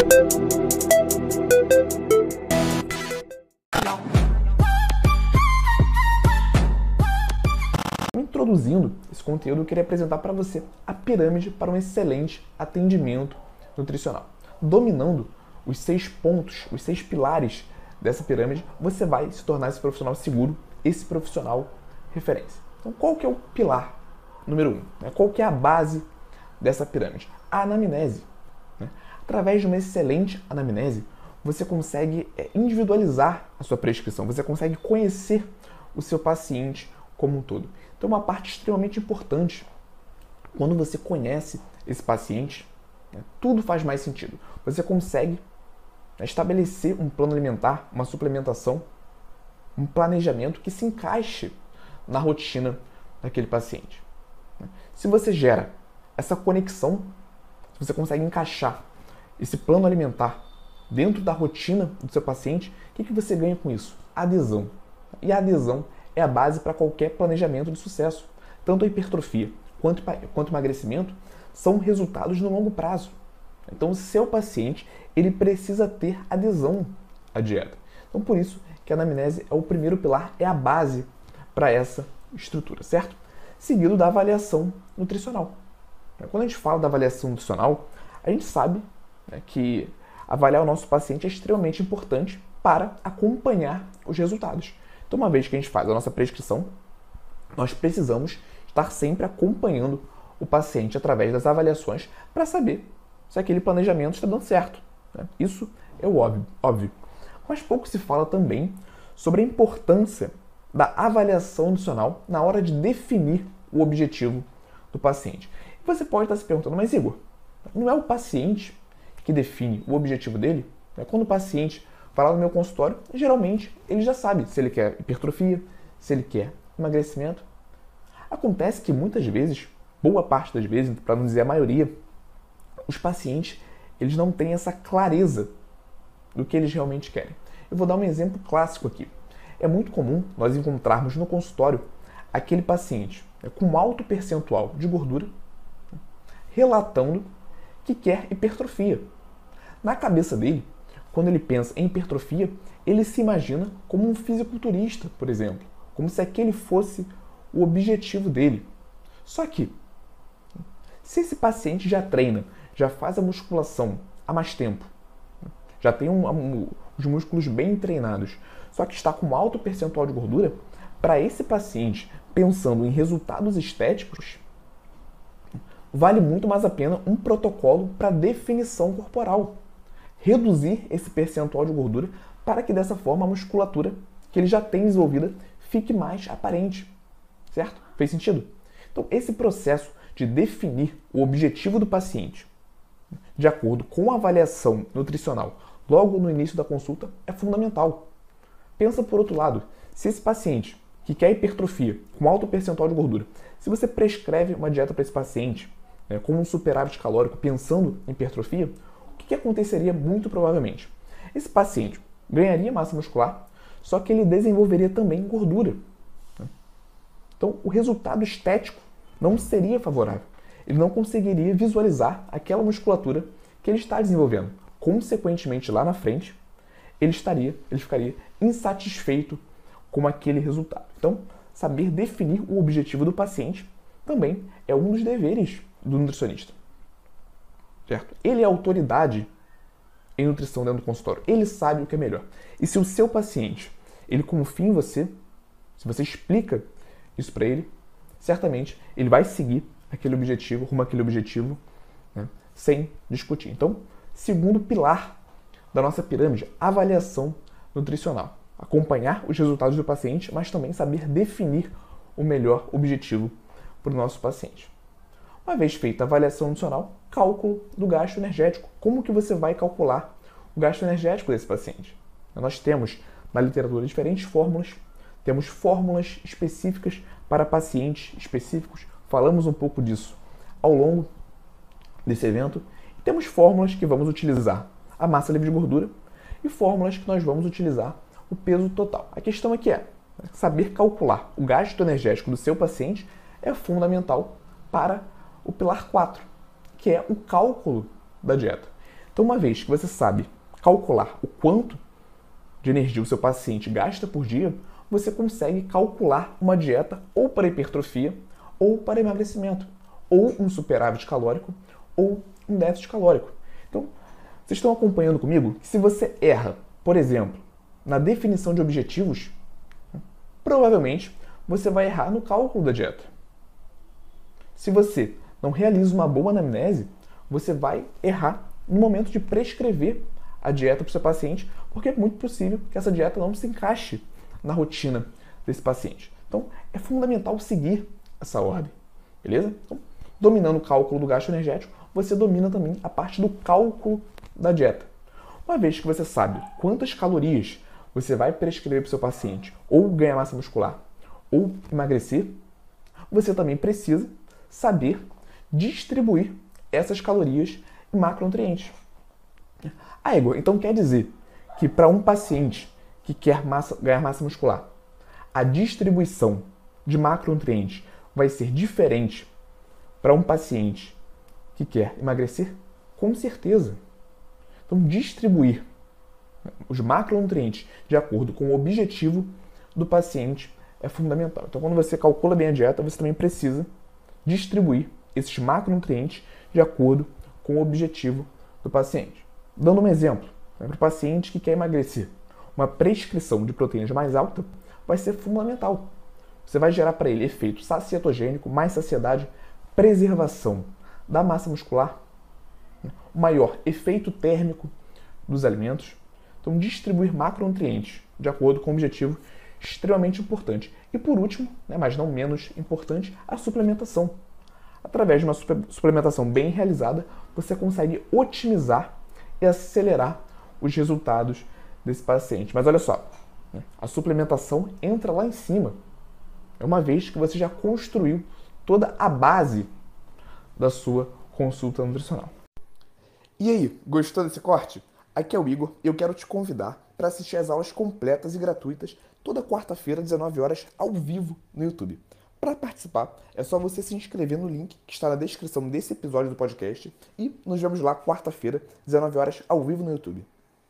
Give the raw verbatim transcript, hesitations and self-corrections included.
Introduzindo esse conteúdo, eu queria apresentar para você a pirâmide para um excelente atendimento nutricional. Dominando os seis pontos, os seis pilares dessa pirâmide, você vai se tornar esse profissional seguro, esse profissional referência. Então, qual que é o pilar número um? Qual que é a base dessa pirâmide? A anamnese. Através de uma excelente anamnese, você consegue individualizar a sua prescrição, você consegue conhecer o seu paciente como um todo. Então, uma parte extremamente importante, quando você conhece esse paciente, né, tudo faz mais sentido. Você consegue né, estabelecer um plano alimentar, uma suplementação, um planejamento que se encaixe na rotina daquele paciente. Se você gera essa conexão, se você consegue encaixar esse plano alimentar dentro da rotina do seu paciente, o que, que você ganha com isso? Adesão. E a adesão é a base para qualquer planejamento de sucesso. Tanto a hipertrofia quanto, quanto o emagrecimento são resultados no longo prazo. Então, o seu paciente ele precisa ter adesão à dieta. Então, por isso que a anamnese é o primeiro pilar, é a base para essa estrutura, certo? Seguido da avaliação nutricional. Quando a gente fala da avaliação nutricional, a gente sabe né, que avaliar o nosso paciente é extremamente importante para acompanhar os resultados. Então, uma vez que a gente faz a nossa prescrição, nós precisamos estar sempre acompanhando o paciente através das avaliações para saber se aquele planejamento está dando certo. Né? Isso é o óbvio, óbvio. Mas pouco se fala também sobre a importância da avaliação nutricional na hora de definir o objetivo do paciente. E você pode estar se perguntando, mas Igor, não é o paciente que define o objetivo dele? Quando o paciente vai lá no meu consultório, geralmente ele já sabe se ele quer hipertrofia, se ele quer emagrecimento. Acontece que muitas vezes, boa parte das vezes, para não dizer a maioria, os pacientes eles não têm essa clareza do que eles realmente querem. Eu vou dar um exemplo clássico aqui. É muito comum nós encontrarmos no consultório aquele paciente com alto percentual de gordura relatando que quer hipertrofia. Na cabeça dele, quando ele pensa em hipertrofia, ele se imagina como um fisiculturista, por exemplo, como se aquele fosse o objetivo dele. Só que, se esse paciente já treina, já faz a musculação há mais tempo, já tem um, um, os músculos bem treinados, só que está com um alto percentual de gordura, para esse paciente, pensando em resultados estéticos, vale muito mais a pena um protocolo para definição corporal. Reduzir esse percentual de gordura para que dessa forma a musculatura que ele já tem desenvolvida fique mais aparente. Certo? Fez sentido? Então, esse processo de definir o objetivo do paciente de acordo com a avaliação nutricional logo no início da consulta é fundamental. Pensa por outro lado, se esse paciente que quer hipertrofia com alto percentual de gordura, se você prescreve uma dieta para esse paciente né, com um superávit calórico pensando em hipertrofia, o que, que aconteceria muito provavelmente? Esse paciente ganharia massa muscular, só que ele desenvolveria também gordura. Então, o resultado estético não seria favorável. Ele não conseguiria visualizar aquela musculatura que ele está desenvolvendo. Consequentemente, lá na frente, ele estaria, ele ficaria insatisfeito com aquele resultado. Então, saber definir o objetivo do paciente também é um dos deveres do nutricionista. Certo? Ele é autoridade em nutrição dentro do consultório. Ele sabe o que é melhor. E se o seu paciente, ele confia em você, se você explica isso para ele, certamente ele vai seguir aquele objetivo, rumo àquele objetivo, né, sem discutir. Então, segundo pilar da nossa pirâmide, avaliação nutricional. Acompanhar os resultados do paciente, mas também saber definir o melhor objetivo para o nosso paciente. Uma vez feita a avaliação nutricional, cálculo do gasto energético. Como que você vai calcular o gasto energético desse paciente? Nós temos na literatura diferentes fórmulas, temos fórmulas específicas para pacientes específicos, falamos um pouco disso ao longo desse evento, e temos fórmulas que vamos utilizar a massa livre de gordura e fórmulas que nós vamos utilizar o peso total. A questão aqui é, saber calcular o gasto energético do seu paciente é fundamental para o pilar quatro, que é o cálculo da dieta. Então, uma vez que você sabe calcular o quanto de energia o seu paciente gasta por dia, você consegue calcular uma dieta ou para hipertrofia, ou para emagrecimento, ou um superávit calórico, ou um déficit calórico. Então, vocês estão acompanhando comigo que se você erra, por exemplo, na definição de objetivos, provavelmente você vai errar no cálculo da dieta. Se você não realiza uma boa anamnese, você vai errar no momento de prescrever a dieta para o seu paciente, porque é muito possível que essa dieta não se encaixe na rotina desse paciente. Então, é fundamental seguir essa ordem, beleza? Então, dominando o cálculo do gasto energético, você domina também a parte do cálculo da dieta. Uma vez que você sabe quantas calorias você vai prescrever para o seu paciente ou ganhar massa muscular ou emagrecer, você também precisa saber distribuir essas calorias em macronutrientes. Ah, Igor, então quer dizer que para um paciente que quer massa, ganhar massa muscular, a distribuição de macronutrientes vai ser diferente para um paciente que quer emagrecer? Com certeza. Então, distribuir os macronutrientes de acordo com o objetivo do paciente é fundamental. Então, quando você calcula bem a dieta, você também precisa distribuir esses macronutrientes de acordo com o objetivo do paciente. Dando um exemplo, né, para o paciente que quer emagrecer, uma prescrição de proteínas mais alta vai ser fundamental. Você vai gerar para ele efeito sacietogênico, mais saciedade, preservação da massa muscular, o maior efeito térmico dos alimentos. Então, distribuir macronutrientes de acordo com o objetivo é extremamente importante. E por último, né, mas não menos importante, a suplementação. Através de uma suplementação bem realizada, você consegue otimizar e acelerar os resultados desse paciente. Mas olha só, né, a suplementação entra lá em cima, é uma vez que você já construiu toda a base da sua consulta nutricional. E aí, gostou desse corte? Aqui é o Igor e eu quero te convidar para assistir às aulas completas e gratuitas toda quarta-feira, às dezenove horas, ao vivo no YouTube. Para participar, é só você se inscrever no link que está na descrição desse episódio do podcast e nos vemos lá quarta-feira, dezenove horas, ao vivo no YouTube.